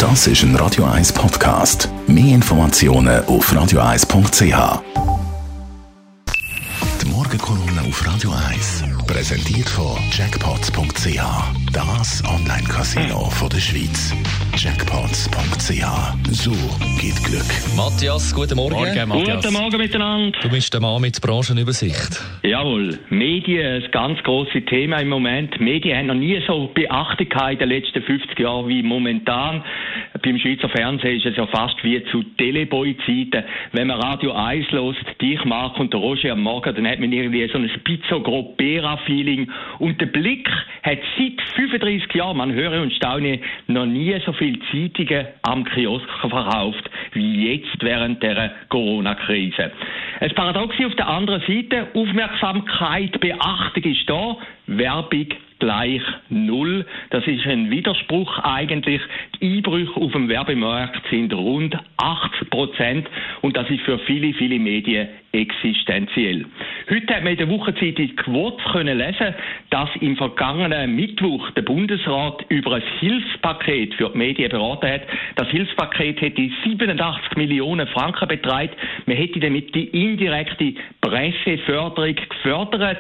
Das ist ein Radio 1 Podcast. Mehr Informationen auf radio1.ch. Die Morgenkolumne auf Radio 1. Präsentiert von Jackpots.ch. Das Online-Casino der Schweiz. Jackpots.ch. So geht Glück. Matthias, guten Morgen. Matthias. Guten Morgen miteinander. Du bist der Mann mit Branchenübersicht. Jawohl. Medien, ein ganz grosses Thema im Moment. Medien haben noch nie so Beachtung in den letzten 50 Jahren wie momentan. Beim Schweizer Fernsehen ist es ja fast wie zu Teleboy-Zeiten. Wenn man Radio 1 hört, dich, Marc und der Roger am Morgen, dann hat man irgendwie so ein Pizzo-Gropera-Feeling. Und der Blick hat seit 35 Jahren, man höre und staune, noch nie so viele Zeitungen am Kiosk verkauft wie jetzt während der Corona-Krise. Ein Paradox auf der anderen Seite, Aufmerksamkeit, Beachtung ist da, Werbung gleich null. Das ist ein Widerspruch eigentlich. Die Einbrüche auf dem Werbemarkt sind rund 80% und das ist für viele, viele Medien existenziell. Heute hat man in der Wochenzeitung Quote können lesen, dass im vergangenen Mittwoch der Bundesrat über ein Hilfspaket für die Medien beraten hat. Das Hilfspaket hätte 87 Millionen Franken betragen. Man hätte damit die indirekte Presseförderung gefördert.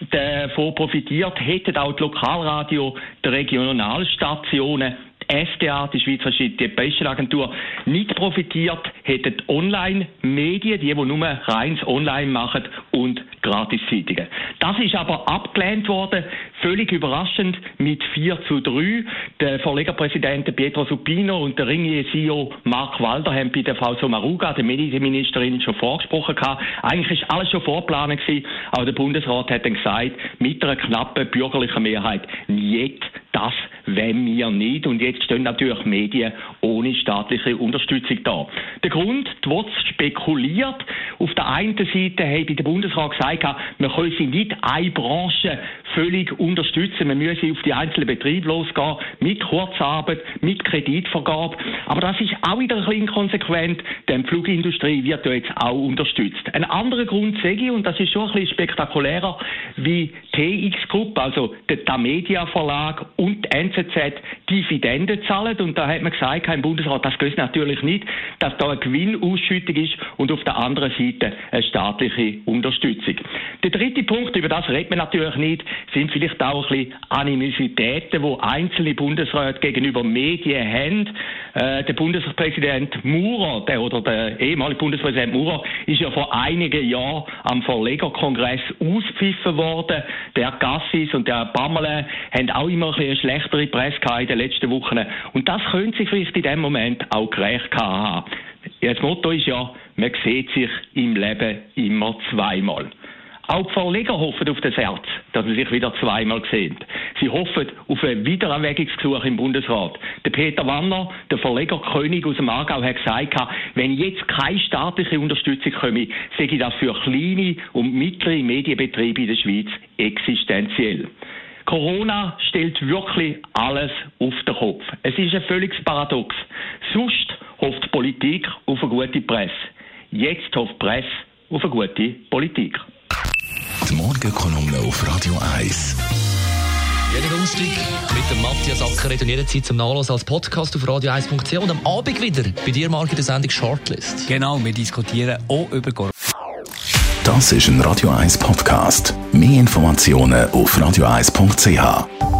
Davon profitiert hätten auch die Lokalradio, die Regionalstationen, die SDA, die Schweizerische Depeschenagentur, nicht profitiert, hätten die Online-Medien, die nur reins online machen, und Gratiszeitungen. Das ist aber abgelehnt worden, völlig überraschend, mit 4:3. Der Verlegerpräsident Pietro Supino und der Ringier-CEO Mark Walder haben bei der Frau Sommaruga, der Medienministerin, schon vorgesprochen gehabt. Eigentlich ist alles schon vorgeplant gewesen, aber der Bundesrat hat dann gesagt, mit einer knappen bürgerlichen Mehrheit, nicht, das wollen wir nicht. Und jetzt stehen natürlich Medien ohne staatliche Unterstützung da. Der Grund, die WOTS spekuliert. Auf der einen Seite habe der Bundesrat gesagt, man könne sie nicht eine Branche völlig unterstützen. Man müsse auf die einzelnen Betriebe losgehen, mit Kurzarbeit, mit Kreditvergabe. Aber das ist auch wieder ein bisschen inkonsequent, denn die Flugindustrie wird ja jetzt auch unterstützt. Ein anderer Grund sage ich, und das ist schon ein bisschen spektakulärer, wie TX Group, also der Tamedia Verlag und die NZZ Dividenden zahlen. Und da hat man gesagt, im Bundesrat, das geht natürlich nicht, dass da eine Gewinnausschüttung ist und auf der anderen Seite eine staatliche Unterstützung. Der dritte Punkt, über das redet man natürlich nicht, sind vielleicht auch ein bisschen Animositäten, die einzelne Bundesräte gegenüber Medien haben. Der Bundespräsident Maurer, der ehemalige Bundespräsident Maurer, ist ja vor einigen Jahren am Verlegerkongress ausgepfiffen worden. Der Gassis und der Bammerle haben auch immer ein bisschen eine schlechtere Presse gehabt in den letzten Wochen. Und das könnte sich vielleicht in dem Moment auch gerecht haben. Das Motto ist ja, man sieht sich im Leben immer zweimal. Auch die Verleger hoffen auf das Herz, dass sie sich wieder zweimal sehen. Sie hoffen auf ein Wiedererwägungsgesuch im Bundesrat. Der Peter Wanner, der Verlegerkönig aus dem Aargau, hat gesagt, wenn jetzt keine staatliche Unterstützung komme, sei das für kleine und mittlere Medienbetriebe in der Schweiz existenziell. Corona stellt wirklich alles auf den Kopf. Es ist ein völliges Paradox. Sonst hofft die Politik auf eine gute Presse. Jetzt hofft die Presse auf eine gute Politik. Die Morgenkolumne auf Radio 1. Jeden Donnerstag mit dem Matthias Ackeret und jederzeit zum Nachlesen als Podcast auf radio1.ch und am Abend wieder bei dir, Marc, in der Sendung Shortlist. Genau, wir diskutieren auch über Corona. Das ist ein Radio 1 Podcast. Mehr Informationen auf radio1.ch.